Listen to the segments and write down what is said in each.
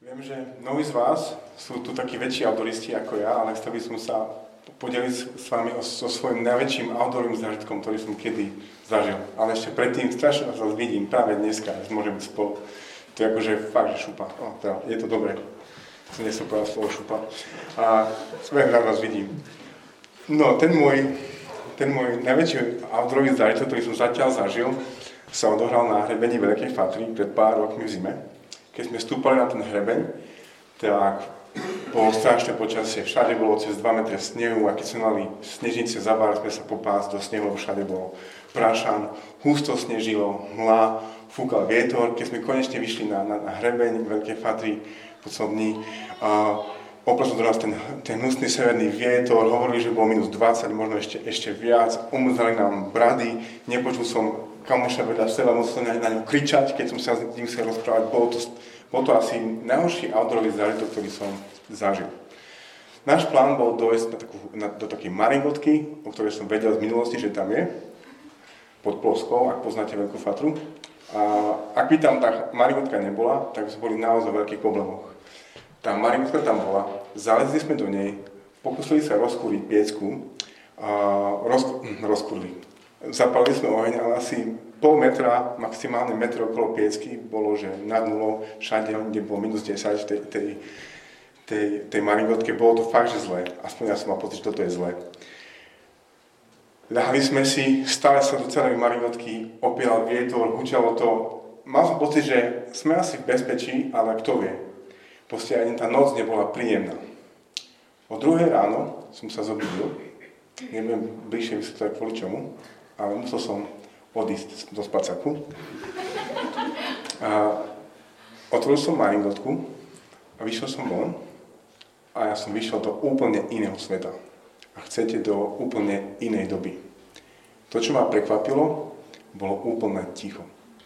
Viem, že mnohí z vás sú tu takí väčší outdooristi ako ja, ale chcel by som sa podeliť s vami so svojím najväčším outdoorovým zážitkom, ktorý som kedy zažil. Ale ešte predtým strašne vás vidím práve dneska, že môžeme byť spolu. To je akože fakt, že šupa. Teda, je to dobré. To som nesol povedať slovo šupa. A veľmi rád vás vidím. No, ten môj najväčší outdoorový zážitok, ktorý som zatiaľ zažil, sa odohral na hrebení Veľkej Fatry pred pár rokmi v zime. Keď sme stúpali na ten hrebeň, tak bolo strašné počasie, všade bolo cez 2 metre snehu a keď sme mali snežnice, zabáli sme sa popásť do snehu, všade bolo prašan, husto snežilo, mlá, fúkal vietor. Keď sme konečne vyšli na hrebeň Veľkej Fatry po celom dní, oprostred nás ten hnusný severný vietor, hovorili, že bolo -20, možno ešte viac, umrzali nám brady, nepočul som kamoša vedľa seba, musel som na ňu kričať, keď som sa s ním chcel rozprávať. Bol to asi najhorší outdoorový zážitok, ktorý som zažil. Náš plán bol dojsť do takej Maringotky, o ktorej som vedel z minulosti, že tam je, pod Ploskou, ak poznáte Veľkú Fatru. A ak by tam tá Maringotka nebola, tak by sme boli naozaj v veľkých problémoch. Tá Maringotka tam bola, zalezli sme do nej, pokúsili sa rozkúriť piecku, rozkurili. Zapalili sme oheň, ale asi pol metra, maximálne metr okolo piecky bolo, že nad nulou, všade, kde bolo -10 tej Maringotke, bolo to fakt, že zlé. Aspoň ja som mal pocit, že toto je zlé. Ľahli sme si, stále sa do celej Maringotky opieral vietor, hučalo to. Mal som pocit, že sme asi v bezpečí, ale kto vie. Proste ani tá noc nebola príjemná. O 2 ráno som sa zobudil, neviem bližšie vysvetľovať kvôli čomu, ale musel som odísť do spacáku. A otvoril som Maringotku a vyšiel som von a ja som vyšiel do úplne iného sveta. A chcete, do úplne inej doby. To, čo ma prekvapilo, bolo úplne ticho.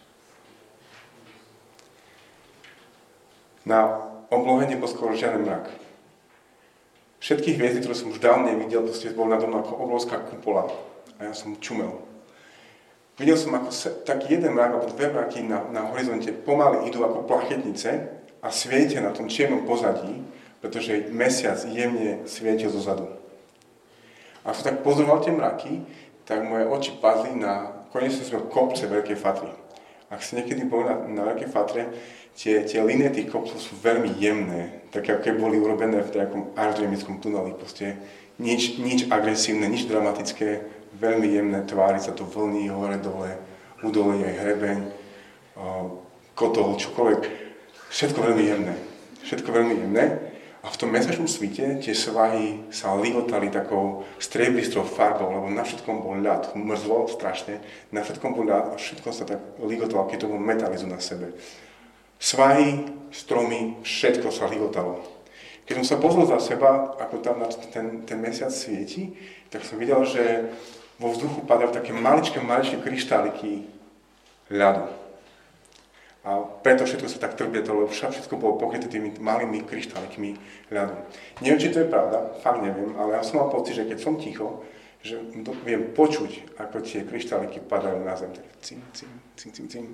Na oblohe nebol skoro žiaden mrak. Všetky hviezdy, ktoré som už dávno nevidel, boli nado mnou ako obrovská kupola. A ja som čumel. Videl som, ako tak jeden mrak, alebo 2 mraky na horizonte pomaly idú ako plachetnice a svietia na tom čiernom pozadí, pretože mesiac jemne svietil zozadu. A ak som tak pozoroval tie mraky, tak moje oči padli na konečne kopce Veľkej Fatry. Ak ste niekedy boli na Veľkej Fatre, tie línie tých kopcov sú veľmi jemné, také ako boli urobené v nejakom aerodynamickom tuneli. Proste nič agresívne, nič dramatické, veľmi jemné, tvári sa to vlny, hore, dole, údolie, aj hrebeň, kotol, čokoľvek. Všetko veľmi jemné. A v tom mesačnom svite tie svahy sa ligotali takou strieblistou farbou, lebo na všetkom bol ľad, mrzlo strašne, na všetkom bol ľad a všetko sa tak ligotalo, keď to bol metalizu na sebe. Svahy, stromy, všetko sa ligotalo. Keď som sa pozrel za seba, ako tam ten mesiac svieti, tak som videl, že vo vzduchu padajú také maličké kryštáliky ľadu. A preto všetko sa tak trblietalo, lebo všetko bolo pokryté tými malými kryštálikmi ľadu. Neviem, či to je pravda, fakt neviem, ale ja som mal pocit, že keď som ticho, že viem počuť, ako tie kryštáliky padajú na zem. Tak cim, cim, cim, cim, cim.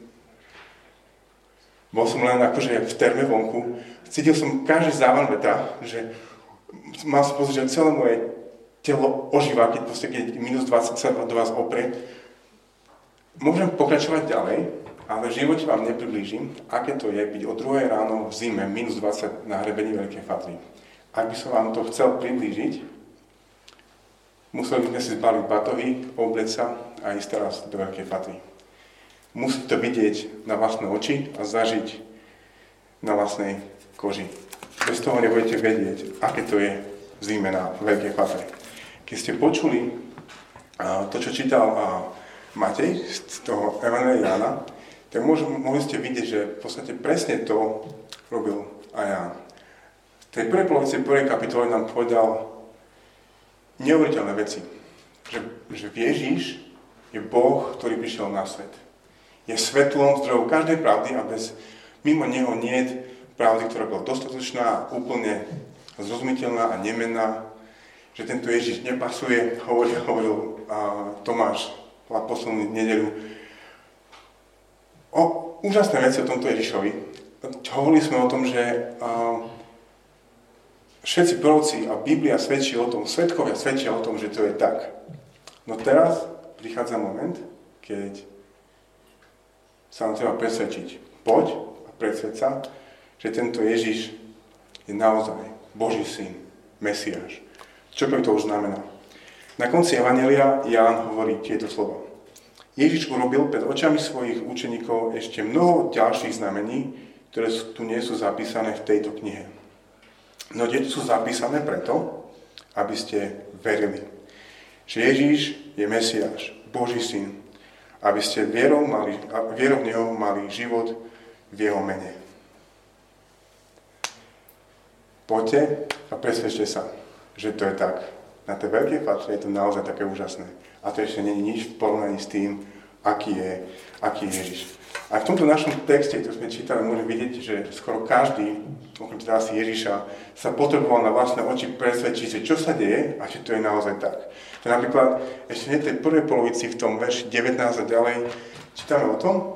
Bol som len akože v terme vonku, cítil som každý závan vetra, že mal som pocit, že celé moje telo ožíva, keď -20 sa do vás oprie. Môžem pokračovať ďalej, ale v živote vám nepriblížim, aké to je byť o 2 ráno v zime -20 na hrebení Veľkej Fatry. Ak by som vám to chcel priblížiť, museli by sme si zbaliť batohy, oblieť sa a ísť teraz do Veľkej Fatry. Musíte to vidieť na vlastné oči a zažiť na vlastnej koži. Bez toho nebudete vedieť, aké to je v zime na Veľkej Fatry. Keď ste počuli to, čo čítal Matej z toho Evanjelia Jána, tak mohli ste vidieť, že v podstate presne to robil aj Ján. V tej prvej polovici 1. kapitoly nám povedal neuveriteľné veci. Že Ježiš je Boh, ktorý prišiel na svet. Je svetlom, zdrojom každej pravdy a mimo neho nie je pravdy, ktorá bola dostatočná, úplne zrozumiteľná a nemenná. Že tento Ježiš nepasuje, hovoril Tomáš poslednú nedeľu. Úžasné veci o tomto Ježišovi, hovorili sme o tom, že všetci proroci a Biblia svedčí o tom, svedkovia svedčia o tom, že to je tak. No teraz prichádza moment, keď sa nám treba presvedčiť. Poď a presvedč sa, že tento Ježiš je naozaj Boží syn, Mesiáš. Čo to už znamená? Na konci Evanjelia Ján hovorí tieto slova. Ježiš urobil pred očami svojich učeníkov ešte mnoho ďalších znamení, ktoré tu nie sú zapísané v tejto knihe. No tie sú zapísané preto, aby ste verili, že Ježiš je Mesiáš, Boží syn, aby ste vierou v Neho mali život v Jeho mene. Poďte a presvedčte sa, že to je tak. Na tej veľkej fatre je to naozaj také úžasné. A to ešte nie je nič v porovnaní s tým, aký je Ježiš. A v tomto našom texte, ktorý sme čítali, môžeme vidieť, že skoro každý, okrem teda asi Ježiša, sa potreboval na vlastné oči presvedčiť, že čo sa deje a či to je naozaj tak. To napríklad ešte v tej prvej polovici v tom verši 19 a ďalej čítame o tom,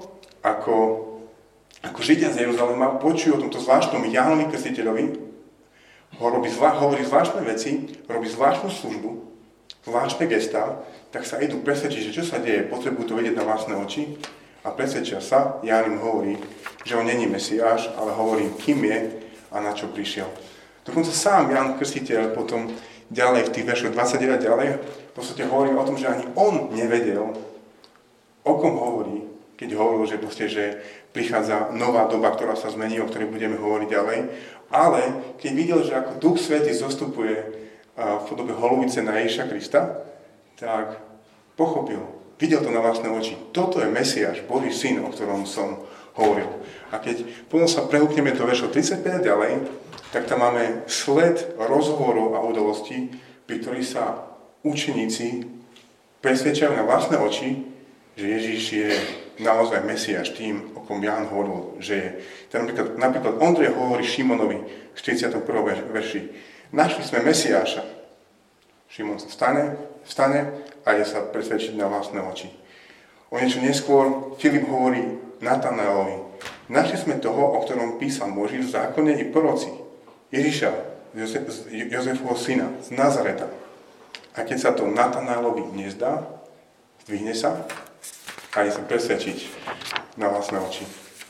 ako Židia z Jeruzalema počujú o tomto zvláštnom Jánovi Krstiteľovi, hovorí zvláštne veci, robí zvláštnu službu, zvláštne gestá, tak sa idú presvedčiť, že čo sa deje, potrebujú to vedieť na vlastné oči a presvedčia sa. Ján im hovorí, že on není Mesiáš, ale hovorí, kým je a na čo prišiel. Dokonca sám Ján Krstiteľ potom ďalej v tých veršoch 29 ďalej v podstate hovorí o tom, že ani on nevedel, o kom hovorí, keď hovoril, že prichádza nová doba, ktorá sa zmení, o ktorej budeme hovoriť ďalej. Ale keď videl, že ako Duch Svätý zostupuje v podobe holubice na Ježiša Krista, tak pochopil, videl to na vlastné oči. Toto je Mesiáš, Boží syn, o ktorom som hovoril. A keď potom sa prehúkneme do veršov 35 a ďalej, tak tam máme sled rozhovorov a udalostí, pri ktorých sa učeníci presvedčajú na vlastné oči, že Ježiš je naozaj Mesiáš tým, o kom Ján hovoril, že je. Napríklad Ondrej hovorí Šimonovi v 41. verši. Našli sme Mesiáša. Šimon sa vstane a ide sa presvedčiť na vlastné oči. O niečo neskôr Filip hovorí Natanaelovi. Našli sme toho, o ktorom písal Mojžiš v zákone i proroci. Ježiša, Jozefovho syna, z Nazareta. A keď sa to Natanaelovi nezdá, zdvihne sa a ide sa presvedčiť na vlastné oči.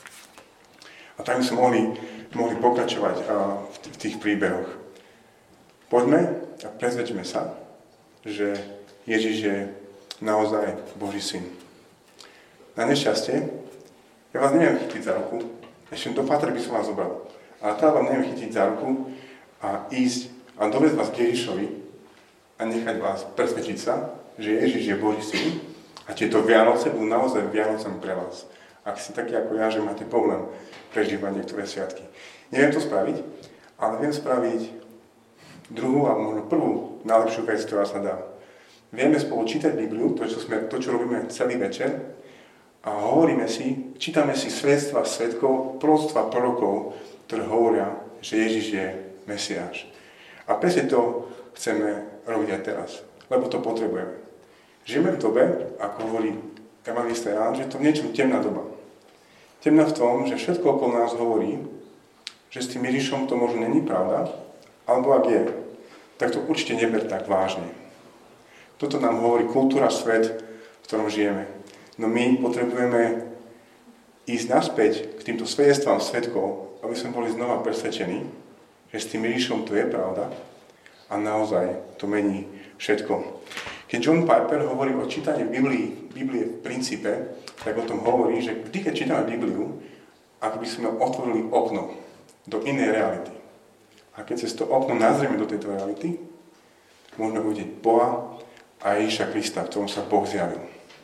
A tak by sme mohli pokračovať v tých príbehoch. Poďme a presvedčme sa, že Ježiš je naozaj Boží syn. Na nešťastie, ja vás neviem chytiť za ruku, ešte do Patre by som vás zobral, ale teda vám neviem chytiť za ruku a ísť a dovesť vás k Ježišovi a nechať vás presvedčiť sa, že Ježiš je Boží syn a tieto Vianoce budú naozaj Vianocami pre vás. Ak si taký ako ja, že máte problém prežívať niektoré sviatky. Neviem to spraviť, ale viem spraviť druhú a možno prvú najlepšiu vec, ktorá sa dá. Vieme spolu čítať Bibliu, to, čo robíme celý večer, a čítame si svedectvá svedkov, proroctva prorokov, ktoré hovoria, že Ježiš je Mesiáš. A presne to chceme robiť aj teraz, lebo to potrebujeme. Žijeme v dobe, ako hovorí evangelista Ján, že to v niečom temná doba. Temná v tom, že všetko okolo nás hovorí, že s tým Ježišom to možno není pravda, alebo ak je, tak to určite neber tak vážne. Toto nám hovorí kultúra, svet, v ktorom žijeme. No my potrebujeme ísť naspäť k týmto svedectvám svedkov, aby sme boli znova presvedčení, že s tým Ježišom to je pravda a naozaj to mení všetko. Keď John Piper hovorí o čítaní Biblie v princípe, tak o tom hovorí, že vždy, keď čítame Bibliu, ako by sme otvorili okno do inej reality. A keď cez to okno nazrieme do tejto reality, môžeme uvidieť Boha a Ježiša Krista, v ktorom sa Boh zjavil.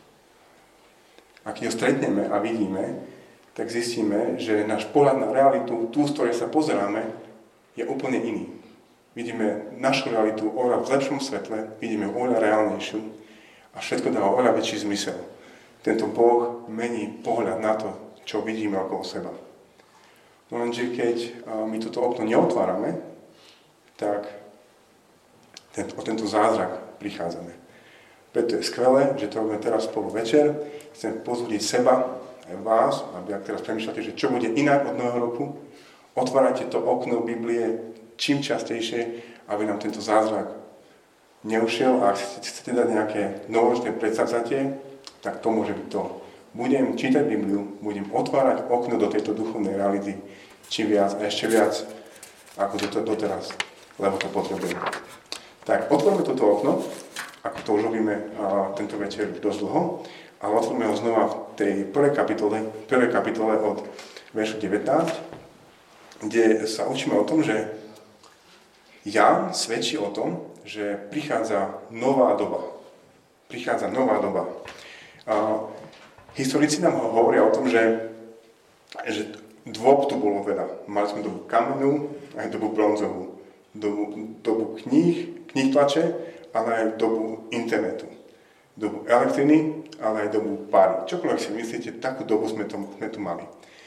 A keď ho stretneme a vidíme, tak zistíme, že náš pohľad na realitu, tú, z ktorej sa pozeráme, je úplne iný. Vidíme našu realitu oveľa v lepšom svetle, vidíme oveľa reálnejšiu a všetko dáva oveľa väčší zmysel. Tento Boh mení pohľad na to, čo vidíme okolo seba. No lenže keď my toto okno neotvárame, tak o tento zázrak prichádzame. Preto je skvelé, že to robíme teraz spolu večer. Chcem pozbudiť seba, aj vás, aby ak teraz premýšľate, že čo bude inak od nového roku, otvárajte to okno Biblie čím častejšie, aby nám tento zázrak neušiel. A ak chcete dať nejaké novoročné predsavzatie, tak to môže byť to. Budem čítať Bibliu, budem otvárať okno do tejto duchovnej reality čím viac a ešte viac ako doteraz, lebo to potrebujem. Tak, otvoríme toto okno, ako to už robíme tento večer dosť dlho, ale otvoríme ho znova v tej prvej kapitole od veršu 19, kde sa učíme o tom, že Ján svedčí o tom, že prichádza nová doba. Prichádza nová doba. Historici nám hovoria o tom, že dôb tu bolo veľa. Mali sme dobu kamennú, aj dobu bronzovú. Dobu kníh tlače, ale aj dobu internetu. Dobu elektriny, ale aj dobu páry. Čokoľvek si myslíte, takú dobu sme tu mali.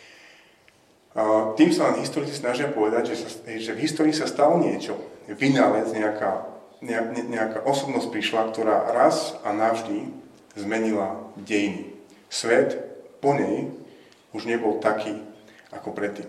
Tým sa len historici snažia povedať, že v histórii sa stalo niečo. Vynález, nejaká osobnosť prišla, ktorá raz a navždy zmenila dejiny. Svet po nej už nebol taký ako predtým.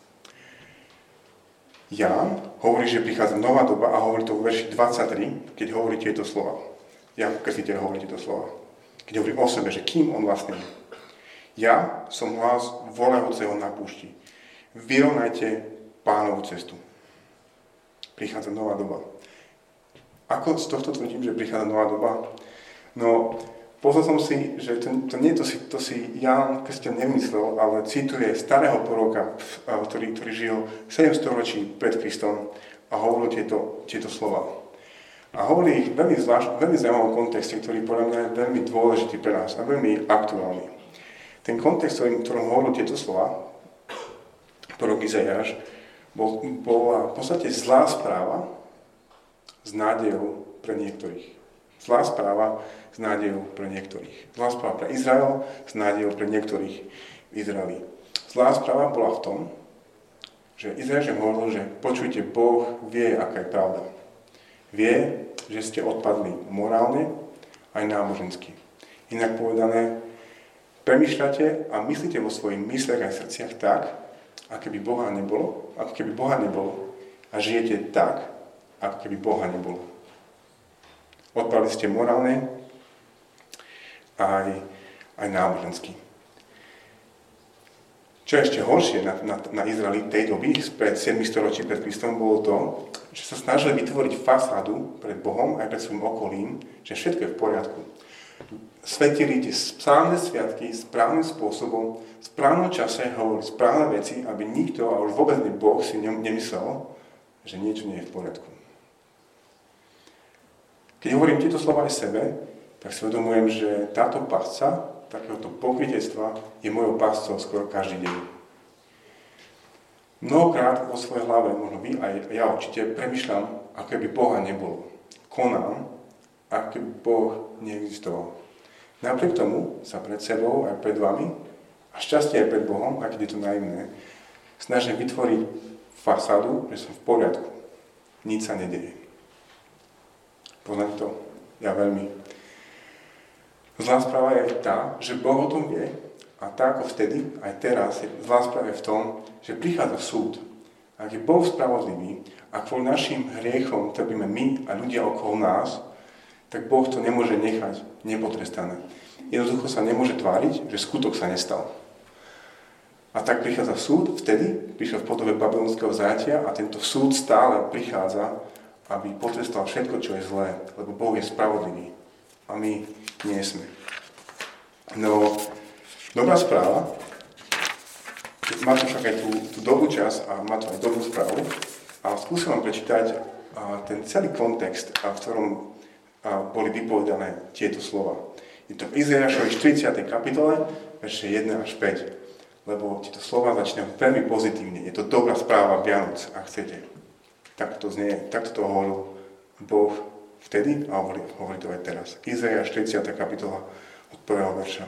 Ján hovorí, že prichádza nová doba a hovorí to v verši 23, keď hovorí tieto slova. Ján Krstiteľ hovorí tieto slova. Keď hovorí o sebe, že kým on vlastne je. Ja som hlas volajúceho na púšti. Vyrovnajte Pánovu cestu. Prichádza nová doba. Ako z tohto tvrdím, že prichádza nová doba? No, pozrel som si, že to si Ján Krstiteľ nevymyslel, ale cituje starého proroka, ktorý žil 700 ročí pred Kristom a hovoril tieto slova. A hovorí ich v veľmi zaujímavom kontexte, ktorý podľa mňa je veľmi dôležitý pre nás a veľmi aktuálny. Ten kontext, v ktorom hovoril tieto slova, prorok Izaiáš, bola v podstate zlá správa s nádejou pre niektorých. Zlá správa s nádejou pre niektorých. Zlá správa pre Izrael s nádejou pre niektorých v Izraeli. Zlá správa bola v tom, že Izrael hovoril, že počujte, Boh vie, aká je pravda. Vie, že ste odpadli morálne aj nábožensky. Inak povedané, premýšľate a myslíte vo svojich mysliach aj srdciach tak, ako keby Boha nebolo a žijete tak, ako keby Boha nebolo. Odpadli ste morálne aj nábožensky. Čo je ešte horšie na Izraeli tej doby, pred 7 storočí pred Kristom, bolo to, že sa snažili vytvoriť fasádu pred Bohom aj pred svojím okolím, že všetko je v poriadku. Svetili tie správne sviatky správnym spôsobom, v správnom čase hovorili správne veci, aby nikto, a už vôbec Boh si nemyslel, že niečo nie je v poriadku. Keď hovorím tieto slova aj sebe, tak si uvedomujem, že táto pasca, takéhoto pokrytectva, je mojou pascou skoro každý deň. Mnohokrát vo svojej hlave, možno vy aj ja určite, premýšľam, ako by Boha nebolo. Konám, ako by Boh neexistoval. Napriek tomu sa pred sebou aj pred vami, a šťastie aj pred Bohom, ak je to naivné, snažím vytvoriť fasádu, že som v poriadku. Nič sa nedeje. Poznáte to? Ja veľmi. Zlá správa je tá, že Boh o tom vie a tak ako vtedy, aj teraz, zlá správa je v tom, že prichádza súd. Ak je Boh spravodlivý a kvôli našim hriechom trpíme my a ľudia okolo nás, tak Boh to nemôže nechať nepotrestané. Jednoducho sa nemôže tváriť, že skutok sa nestal. A tak prichádza súd, vtedy prišiel v podobe babylonského zajatia a tento súd stále prichádza, aby potrestal všetko, čo je zlé, lebo Boh je spravodlivý a my nie sme. No, dobrá správa, má to však aj tú dobrú časť a má to aj dobrú správu a skúsim vám prečítať ten celý kontext, v ktorom boli vypovedané tieto slova. Je to v Izaiášovej 40. kapitole, verše 1 až 5, lebo tieto slova začínajú veľmi pozitívne. Je to dobrá správa Vianoc, ak chcete. Takto to znie, takto to hovoril Boh vtedy a hovorí to aj teraz. Izaiáš 40. kapitola od 1. verša.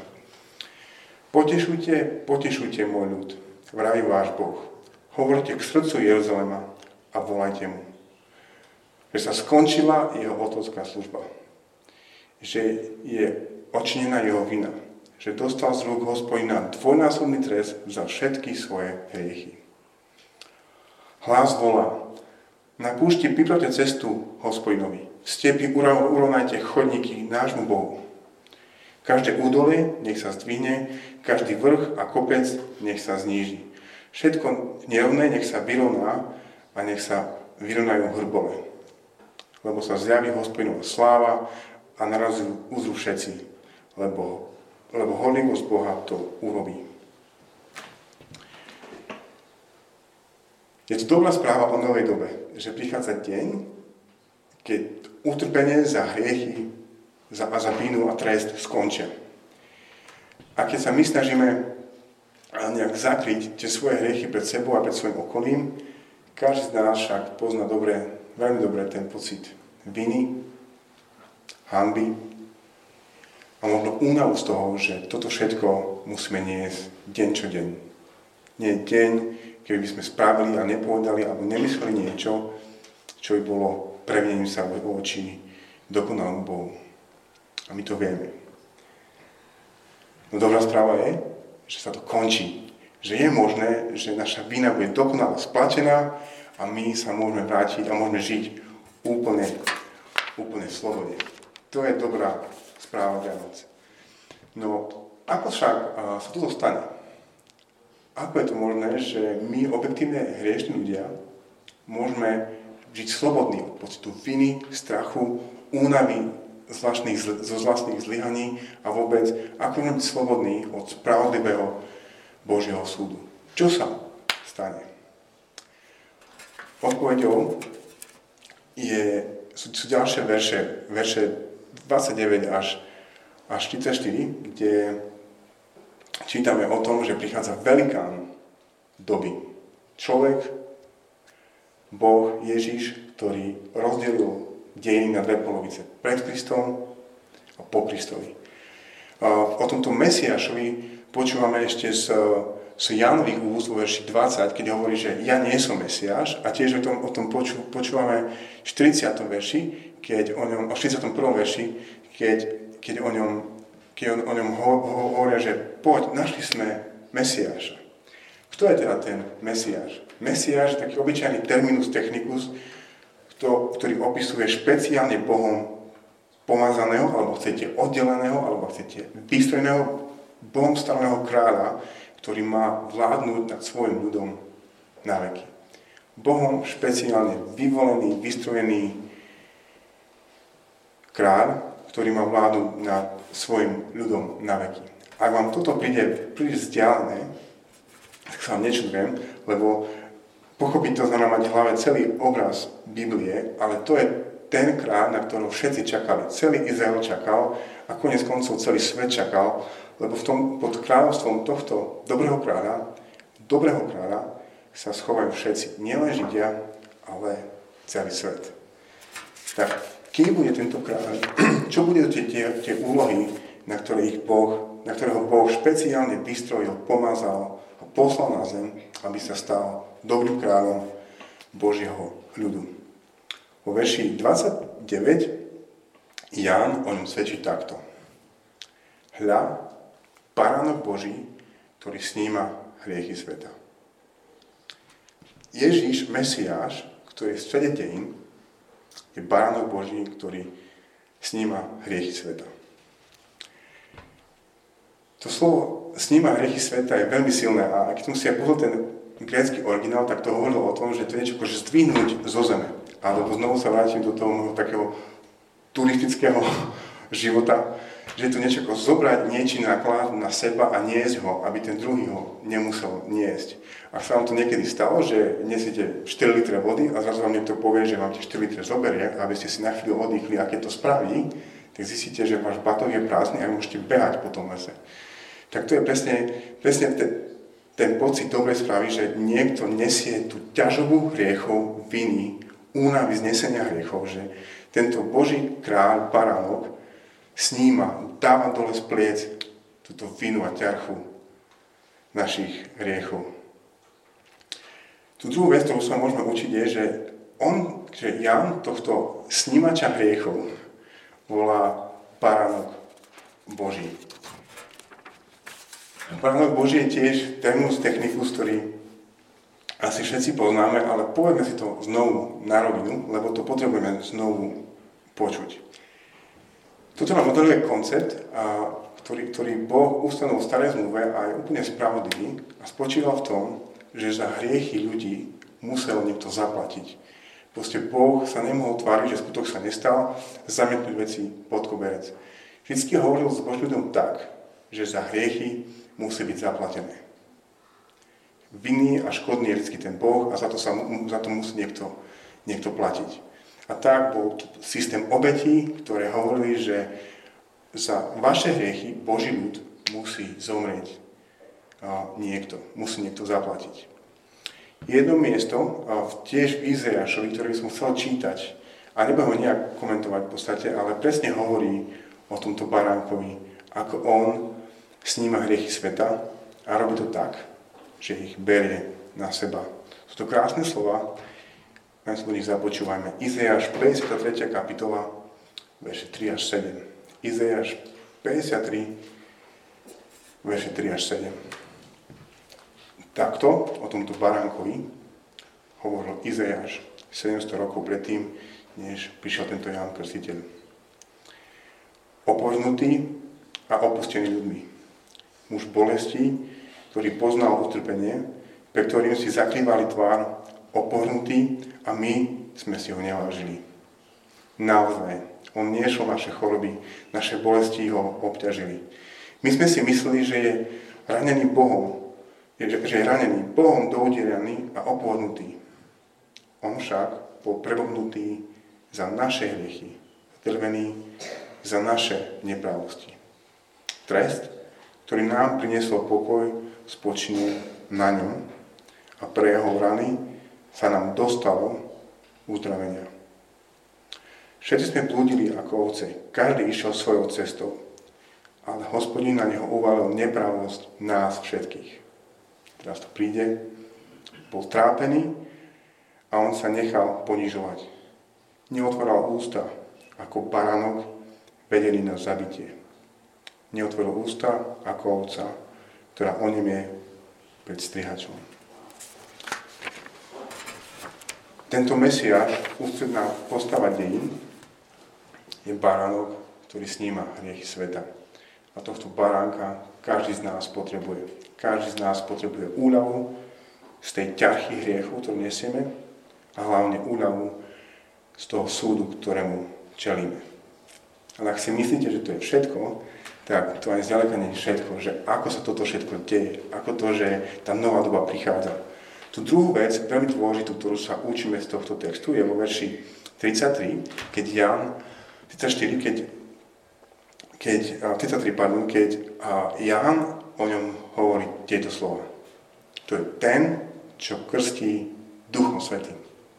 Potešujte môj ľud, vraví váš Boh. Hovorte k srdcu Jeruzalema a volajte mu, že sa skončila jeho otrocká služba, že je odčinená jeho vina, že dostal z rúk Hospodina dvojnásobný trest za všetky svoje hriechy. Hlas volá: na púšti pripravte cestu Hospodinovi, v stepi urovnajte chodníky nášmu Bohu. Každé údolie nech sa zdvihne, každý vrch a kopec nech sa zníži. Všetko nerovné nech sa vyrovná a nech sa vyrovnajú hrbole. Lebo sa zjaví Hospodinova sláva a narazí uzru všetci, lebo horlivosť Boha to urobí. Je to dobrá správa o novej dobe, že prichádza deň, keď utrpenie za hriechy a za vinu a trest skončia. A keď sa my snažíme nejak zakryť tie svoje hriechy pred sebou a pred svojim okolím, každý z nás však pozná veľmi dobre ten pocit viny, hanby a možno únavu z toho, že toto všetko musíme niesť deň čo deň. Nie deň, keby by sme spravili a nepovedali alebo nemysleli niečo, čo by bolo previnením sa voči dokonalému Bohu. A my to vieme. No dobrá správa je, že sa to končí. Že je možné, že naša vina bude dokonale splatená a my sa môžeme vrátiť a môžeme žiť úplne v slobode. To je dobrá správa Vianoc. No, ako však sa toto stane? Ako je to možné, že my, objektívne hriešni ľudia, môžeme žiť slobodní od pocitu viny, strachu, únavy zo vlastných zlyhaní a vôbec, ako môžeme byť slobodní od spravodlivého Božieho súdu? Čo sa stane? Odpoveďou sú ďalšie verše 29 až 44, kde čítame o tom, že prichádza velikán doby. Človek, Boh, Ježiš, ktorý rozdelil dejiny na dve polovice. Pred Kristom a po Kristovi. O tomto Mesiášovi počúvame ešte z Jánových úst vo verši 20, keď hovorí, že ja nie som Mesiáš, a tiež o tom počúvame v 40. verši, v 41. verši, keď o ňom hovoria, že poď, našli sme Mesiáša. Kto je teda ten Mesiáš? Mesiáš je taký obyčajný terminus technicus, ktorý opisuje špeciálne Bohom pomazaného, alebo chcete oddeleného, alebo chcete vystrojeného, Bohom stanoveného kráľa, ktorý má vládnuť nad svojim ľudom na veky. Bohom špeciálne vyvolený, vystrojený kráľ, ktorý má vládu nad svojim ľudom na veky. Ak vám toto príde príliš vzdialené, tak sa vám nečudujem, lebo pochopiť to znamená mať v hlave celý obraz Biblie, ale to je ten kráľ, na ktorého všetci čakali. Celý Izrael čakal a koniec koncov celý svet čakal, lebo pod kráľovstvom tohto dobrého kráľa sa schovajú všetci, nielen Židia, ale celý svet. Tak, kým bude tento kráľ? Čo budú tie úlohy, na ktorého Boh špeciálne vystrojil, pomazal a poslal na zem, aby sa stal dobrým kráľom Božieho ľudu. Vo verši 29 Ján o ňom svedčí takto. Hľa, baránok Boží, ktorý sníma hriechy sveta. Ježiš, Mesiáš, ktorý je v strede dejín, je baránok Boží, ktorý sníma hriechy sveta. To slovo sníma hriechy sveta je veľmi silné a keď som si aj pozrel ten grécky originál, tak to hovorilo o tom, že to je niečo akože zdvihnúť zo zeme. Alebo znovu sa vrátim do toho môjho takého turistického života, že je to niečo ako zobrať niečí náklad na seba a niesť ho, aby ten druhý ho nemusel niesť. Ak sa vám to niekedy stalo, že nesiete 4 litre vody a zrazu vám niekto povie, že vám tie 4 litre zoberie, aby ste si na chvíľu oddychli a keď to spraví, tak zistíte, že váš batoh je prázdny a môžete behať po tom lese. Tak to je presne ten pocit dobrej správy, že niekto nesie tú ťažobu hriechov, viny, únavy znesenia hriechov, že tento Boží kráľ, baránok, sníma, dáva dole z pliec túto vinu a ťarchu našich hriechov. Tú druhú vec, ktorú sa môžeme učiť, je, že Ján tohto snímača hriechov volá baránok Boží. Baránok Boží je tiež terminus technicus, ktorý asi všetci poznáme, ale povieme si to znovu na rovinu, lebo to potrebujeme znovu počuť. Toto nám modeluje koncept, ktorý Boh ustanovil v starej zmluve a je úplne spravodlivý a spočíval v tom, že za hriechy ľudí musel niekto zaplatiť. Proste Boh sa nemohol tváriť, že skutok sa nestal, zamietnúť veci pod koberec. Vždycky hovoril s Božím ľudom tak, že za hriechy musí byť zaplatené. Vinný a škodný je vždy ten Boh a za to musí niekto platiť. A tak bol systém obetí, ktoré hovorili, že za vaše hriechy Boží ľud musí zomrieť musí niekto zaplatiť. Jedno miesto, tiež v Izaiášovi, ktoré by som chcel čítať, a nebudem ho nejak komentovať v podstate, ale presne hovorí o tomto baránkovi, ako on sníma hriechy sveta a robí to tak, že ich berie na seba. Sú to krásne slova, len sa do nich započúvajme. Izaiáš 53. kapitola, verše 3 až 7. Izaiáš 53, verše 3 až 7. Takto o tomto baránkovi hovoril Izaiáš 700 rokov predtým, než prišiel tento Ján Krstiteľ. Opovrhnutý a opustený ľuďmi. Muž bolesti, ktorý poznal utrpenie, pre ktorým si zakrývali tvár, opovrhnutý a my sme si ho nevážili. Naozaj, on niesol naše choroby, naše bolesti ho obťažili. My sme si mysleli, že je ranený Bohom, doudieraný a opovrhnutý. On však bol prebodnutý za naše hriechy, zdrvený za naše neprávosti. Trest, ktorý nám priniesol pokoj, spočinul na ňom a pre jeho rany sa nám dostalo uzdravenia. Všetci sme blúdili ako ovce, každý išiel svojou cestou, ale Hospodin na neho uvalil nepravosť nás všetkých. Teraz to príde, bol trápený a on sa nechal ponižovať. Neotvoril ústa ako baránok vedený na zabitie. Neotvoril ústa ako ovca, ktorá onemie pred strihačom. Tento Mesiáš, ústredná postava dejín, je baránok, ktorý sníma hriechy sveta. A tohto baránka každý z nás potrebuje. Každý z nás potrebuje úľavu z tej ťarchy hriechu, ktorú nesieme, a hlavne úľavu z toho súdu, ktorému čelíme. Ale ak si myslíte, že to je všetko, tak to aj zďaleka nie je všetko, že ako sa toto všetko deje, ako to, že tá nová doba prichádza. Tú druhú vec, veľmi dôležitú, ktorú sa učíme z tohto textu, je vo verši 33, keď Ján o ňom hovorí tieto slova. To je ten, čo krstí Duchom Svätým.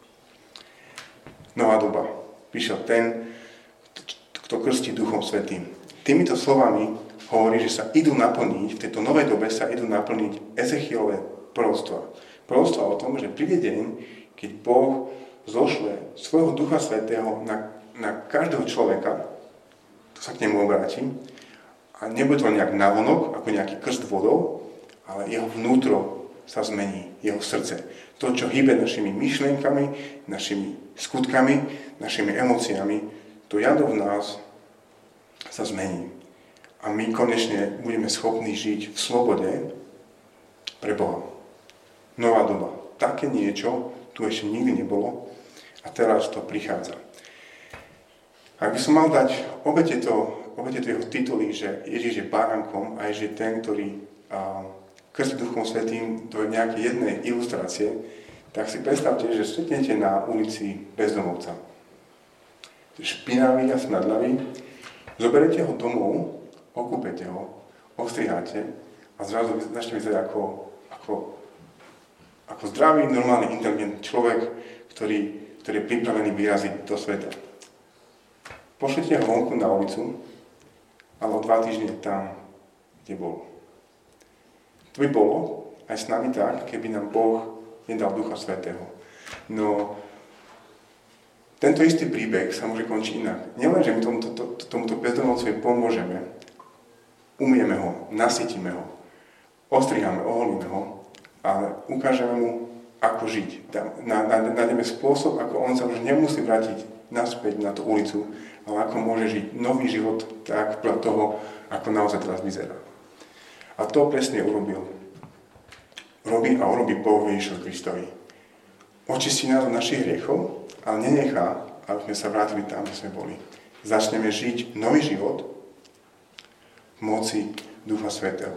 Nová doba. Prišiel ten, kto krstí Duchom Svätým. Týmito slovami hovorí, že sa idú naplniť, v tejto novej dobe sa idú naplniť Ezechielové proroctvá. Proroctvá o tom, že príde deň, keď Boh zošle svojho Ducha Svätého na každého človeka, to sa k nemu obráti, a nebude to nejak navonok, ako nejaký krst vodou, ale jeho vnútro sa zmení, jeho srdce. To, čo hýbe našimi myšlienkami, našimi skutkami, našimi emóciami, to jadro v nás sa zmení. A my konečne budeme schopní žiť v slobode pre Boha. Nová doba. Také niečo tu ešte nikdy nebolo a teraz to prichádza. Ak by som mal dať obe tieto jeho tituly, že Ježiš je baránkom a Ježiš je ten, ktorý krstí Duchom Svätým do nejakej jednej ilustrácie, tak si predstavte, že stretnete na ulici bezdomovca. Špinavý a smradlavý, zoberete ho domov, okúpete ho, ostriháte a zrazu začne vyzerať ako zdravý, normálny, inteligentný človek, ktorý je pripravený vyraziť do sveta. Pošlite ho vonku na ulicu, ale o 2 týždne tam, kde bol. To by bolo aj s nami tak, keby nám Boh nedal Ducha Svätého. No, tento istý príbeh sa môže končiť inak. Nielen, že my tomuto bezdomovcovi pomôžeme, umieme ho, nasytíme ho, ostriháme, oholíme ho, ale ukážeme mu, ako žiť. Nájdeme spôsob, ako on sa už nemusí vrátiť naspäť na tú ulicu, ale ako môže žiť nový život tak podľa toho, ako naozaj teraz vyzerá. A to presne urobil. Robí a urobí po Ježišovi Kristovi. Očistí nás od našich hriechov, ale nenechá, aby sme sa vrátili tam, kde sme boli. Začneme žiť nový život v moci Ducha Svätého.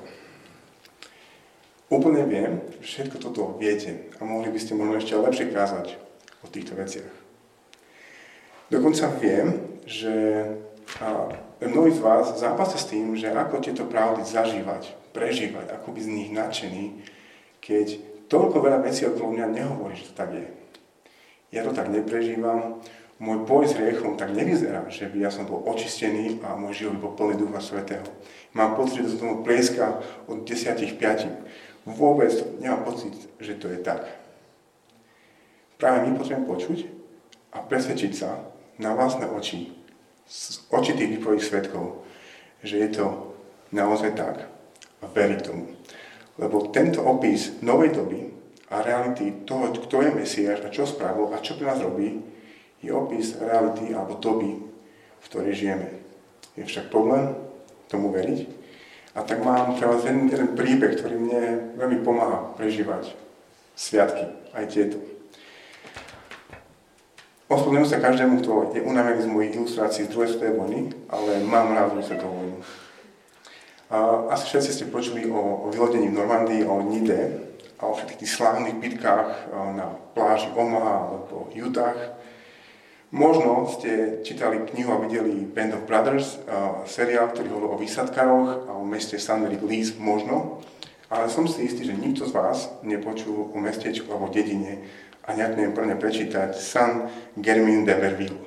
Úplne viem, že všetko toto viete a mohli by ste možno ešte lepšie kázať o týchto veciach. Dokonca viem, že mnohí z vás zápasia s tým, že ako tieto pravdy zažívať, prežívať, ako byť z nich nadšený, keď toľko veľa vecí okolo mňa nehovorí, že to tak je. Ja to tak neprežívam, môj boj s hriechom tak nevyzerá, že by ja som bol očistený a môj život bol plný Ducha Svätého. Mám pocit, že to tomu plieska od 10-5. Vôbec nemám pocit, že to je tak. Práve my potrebujeme počuť a presvedčiť sa na vlastné oči, z očí tých výpovedí svedkov, že je to naozaj tak a veriť tomu. Lebo tento opis novej doby a reality toho, kto je Mesiáš a čo spravil a čo pre nás robí, je opis reality alebo doby, v ktorej žijeme. Je však problém tomu veriť. A tak mám pre vás jeden príbeh, ktorý mne veľmi pomáha prežívať sviatky, aj tieto. Ospravedlňujem sa každému, kto je unavený z mojich ilustrácií z druhej svetovej vojny, ale mám rád druhú svetovú vojnu. Asi všetci ste počuli o vylodení v Normandii, o Nide a o všetkých tých slávnych bitkách na pláži Omaha alebo Utah. Možno ste čítali knihu a videli Band of Brothers, seriál, ktorý hovoril o výsadkároch a o meste St. Mary Lees, možno. Ale som si istý, že nikto z vás nepočul o mestečku alebo dedine a nejak neviem pre mňa prečítať Saint-Germain-d'Iberville.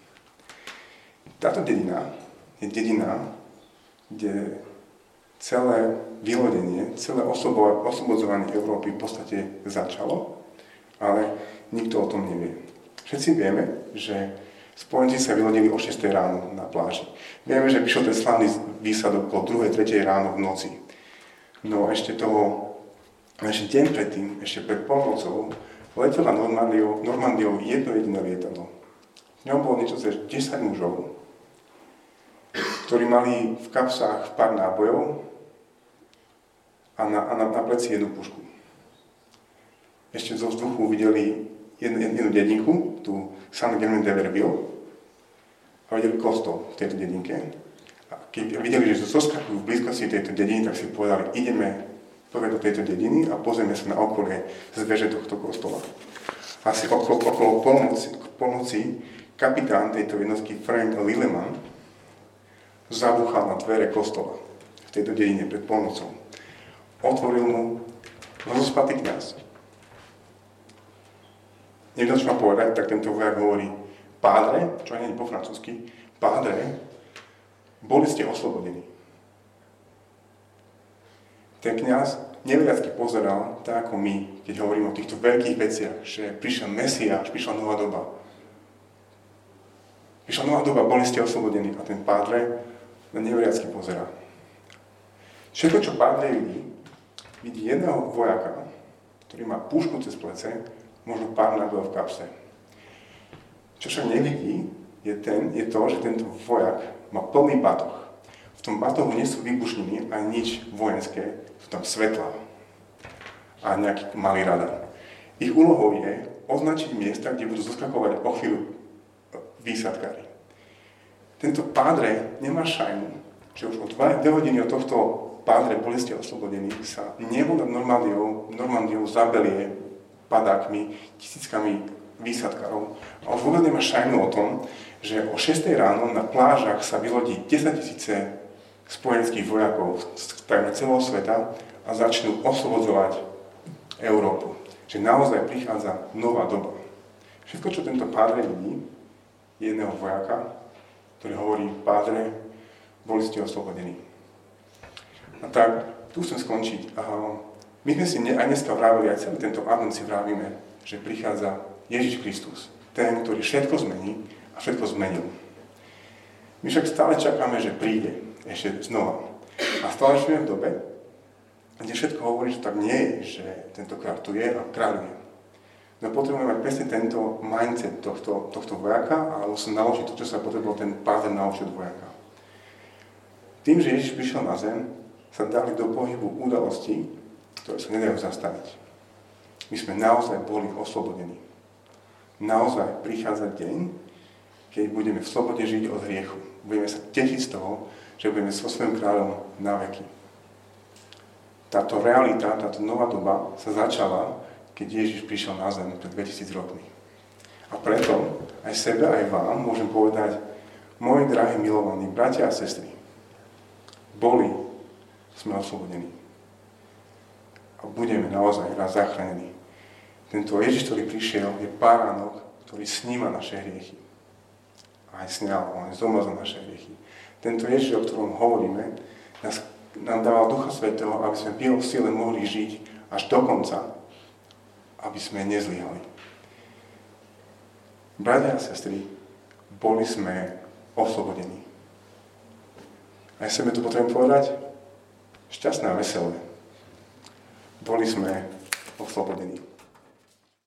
Táto dedina je dedina, kde celé vylodenie, celé oslobodzovanie Európy v podstate začalo, ale nikto o tom nevie. Všetci vieme, že spojenci sa vylodili o 6 ráno na pláži. Vieme, že prišiel ten slavný výsadok o 2-3 ráno v noci. No ešte deň predtým, ešte pred polnocou, letel na Normandiou jedno jediné lietadlo. V ňom bolo niečo cez 10 mužov, ktorí mali v kapsách pár nábojov a na pleci jednu pušku. Ešte zo vzduchu videli jednu dedinku, tú Saint-Germain-d'Iberville, a videli kostol v tejto dedinke. A keď videli, že zoskakujú v blízkosti tejto dediny, tak si povedali, ideme do tejto dediny a pozrieme sa na okolie z veže tohto kostola. Asi okolo polnoci kapitán tejto jednotky Frank Lilleman zabúchal na dvere kostola v tejto dedine pred polnocou. Otvoril mu rozospatý kňaz. Neviem, čo má povedať, tak tento vojak hovorí, pádre, čo nie je po francúzsky, pádre, boli ste oslobodení. Ten kňaz neviacky pozeral, tak ako my, keď hovoríme o týchto veľkých veciach, že prišiel Mesiáš, prišla nová doba. Prišla nová doba, boli ste oslobodení a ten pádre len neviacky pozerá. Všetko, čo pádre vidí jedného vojaka, ktorý má pušku cez plece, možno pár nábojov v kapse. Čo však nevidí, je to, že tento vojak má plný batoh. V tom batohu nie sú výbušniny ani nič vojenské, sú tam svetla a nejaký malý radar. Ich úlohou je označiť miesta, kde budú zoskakovať o chvíľu výsadkári. Tento pádre nemá šajnu, že už o 2 hodiny od tohto pádre boli ste oslobodení, sa nebo nad Normandiou zabelie padákmi, tisíckami výsadkárov. A už vôbec nemá šajnu o tom, že o 6 ráno na plážach sa vylodí 10 000 spojenských vojakov z takmer celého sveta a začnú oslobodzovať Európu. Že naozaj prichádza nová doba. Všetko, čo tento pádre vidí, je jedného vojaka, ktorý hovorí, pádre, boli ste oslobodení. A tak, tu chcem skončiť. My sme si aj dneska vravili, aj celý tento advent si vravíme, že prichádza Ježiš Kristus, ten, ktorý všetko zmení a všetko zmenil. My však stále čakáme, že príde ešte znova. A stále žijeme v dobe, kde všetko hovorí, že tak nie je, že tento kráľ tu je a kráľuje. No potrebujeme mať presne tento mindset tohto vojaka a musím naučiť to, čo sa potreboval ten Pavel naučiť od vojaka. Tým, že Ježiš prišiel na zem, sa dali do pohybu udalosti, ktoré sa nedajú zastaviť. My sme naozaj boli oslobodení. Naozaj prichádza deň, keď budeme v slobode žiť od hriechu. Budeme sa tešiť z toho, že budeme so svojím kráľom na veky. Táto realita, táto nová doba sa začala, keď Ježiš prišiel na zem pred 2000 rokmi. A preto aj sebe, aj vám môžem povedať, moji drahí milovaní bratia a sestry, sme oslobodení. A budeme naozaj raz zachránení. Tento Ježiš, ktorý prišiel, je baránok, ktorý sníma naše hriechy. A aj sňal, on zomrel za naše hriechy. Tento Ježiš, o ktorom hovoríme, nám dával Ducha Svätého, aby sme v jeho sile mohli žiť až do konca, aby sme nezlyhali. Bratia a sestry, boli sme oslobodení. A ja sebe to potrebujem povedať, šťastné a veselé. Boli sme oslobodení.